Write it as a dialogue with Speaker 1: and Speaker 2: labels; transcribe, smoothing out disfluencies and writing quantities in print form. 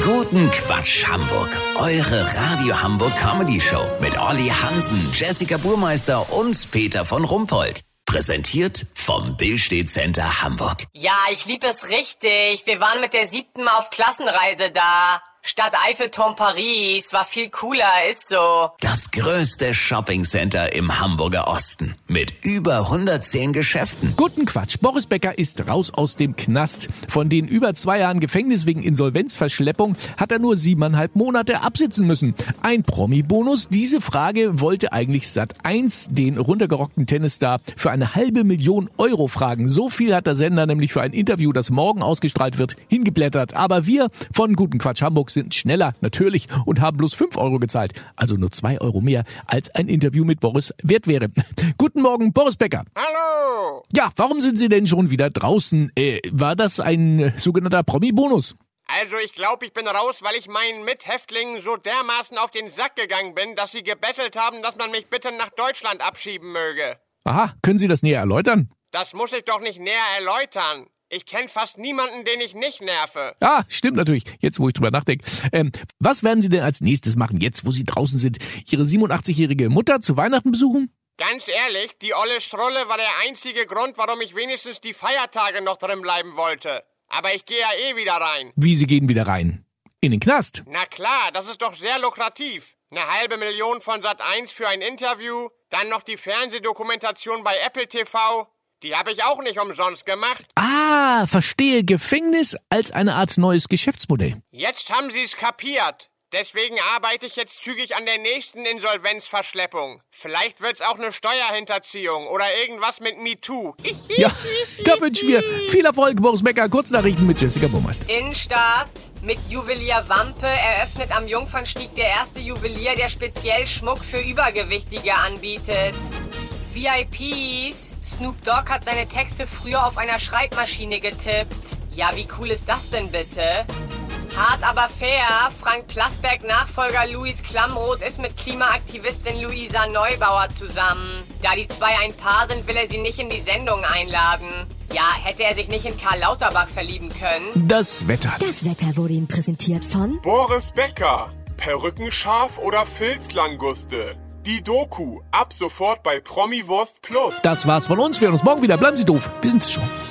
Speaker 1: Guten Quatsch Hamburg, eure Radio Hamburg Comedy Show mit Olli Hansen, Jessica Burmeister und Peter von Rumpold. Präsentiert vom Billstedt Center Hamburg.
Speaker 2: Ja, ich lieb es richtig. Wir waren mit der 7. auf Klassenreise da. Stadt Eiffelturm Paris, war viel cooler, ist so.
Speaker 1: Das größte Shoppingcenter im Hamburger Osten mit über 110 Geschäften.
Speaker 3: Guten Quatsch. Boris Becker ist raus aus dem Knast. Von den über 2 Jahren Gefängnis wegen Insolvenzverschleppung hat er nur 7,5 Monate absitzen müssen. Ein Promi-Bonus? Diese Frage wollte eigentlich Sat.1 den runtergerockten Tennisstar für eine $500.000 fragen. So viel hat der Sender nämlich für ein Interview, das morgen ausgestrahlt wird, hingeblättert. Aber wir von Guten Quatsch Hamburg sind schneller, natürlich, und haben bloß 5 Euro gezahlt. Also nur 2 Euro mehr, als ein Interview mit Boris wert wäre. Guten Morgen, Boris Becker.
Speaker 4: Hallo.
Speaker 3: Ja, warum sind Sie denn schon wieder draußen? War das ein sogenannter Promi-Bonus?
Speaker 4: Also ich glaube, ich bin raus, weil ich meinen Mithäftlingen so dermaßen auf den Sack gegangen bin, dass sie gebettelt haben, dass man mich bitte nach Deutschland abschieben möge.
Speaker 3: Aha, können Sie das näher erläutern?
Speaker 4: Das muss ich doch nicht näher erläutern. Ich kenne fast niemanden, den ich nicht nerve.
Speaker 3: Ja, stimmt natürlich. Jetzt, wo ich drüber nachdenke. Was werden Sie denn als nächstes machen, jetzt, wo Sie draußen sind? Ihre 87-jährige Mutter zu Weihnachten besuchen?
Speaker 4: Ganz ehrlich, die olle Schrulle war der einzige Grund, warum ich wenigstens die Feiertage noch drin bleiben wollte. Aber ich gehe ja eh wieder rein.
Speaker 3: Wie, Sie gehen wieder rein? In den Knast?
Speaker 4: Na klar, das ist doch sehr lukrativ. 500.000 von Sat.1 für ein Interview, dann noch die Fernsehdokumentation bei Apple TV. Die habe ich auch nicht umsonst gemacht.
Speaker 3: Ah, verstehe. Gefängnis als eine Art neues Geschäftsmodell.
Speaker 4: Jetzt haben Sie es kapiert. Deswegen arbeite ich jetzt zügig an der nächsten Insolvenzverschleppung. Vielleicht wird's auch eine Steuerhinterziehung oder irgendwas mit MeToo.
Speaker 3: Ja, da wünschen wir viel Erfolg, Boris Becker. Kurznachrichten mit Jessica Burmeister.
Speaker 2: Innenstadt mit Juwelier Wampe eröffnet am Jungfernstieg der erste Juwelier, der speziell Schmuck für Übergewichtige anbietet. VIPs. Snoop Dogg hat seine Texte früher auf einer Schreibmaschine getippt. Ja, wie cool ist das denn bitte? Hart aber fair, Frank Plasberg Nachfolger Luis Klamroth ist mit Klimaaktivistin Luisa Neubauer zusammen. Da die zwei ein Paar sind, will er sie nicht in die Sendung einladen. Ja, hätte er sich nicht in Karl Lauterbach verlieben können?
Speaker 3: Das Wetter.
Speaker 5: Das Wetter wurde Ihnen präsentiert von
Speaker 6: Boris Becker. Perückenscharf oder Filzlanguste? Die Doku. Ab sofort bei Promi Wurst Plus.
Speaker 3: Das war's von uns. Wir hören uns morgen wieder. Bleiben Sie doof. Wir sind's schon.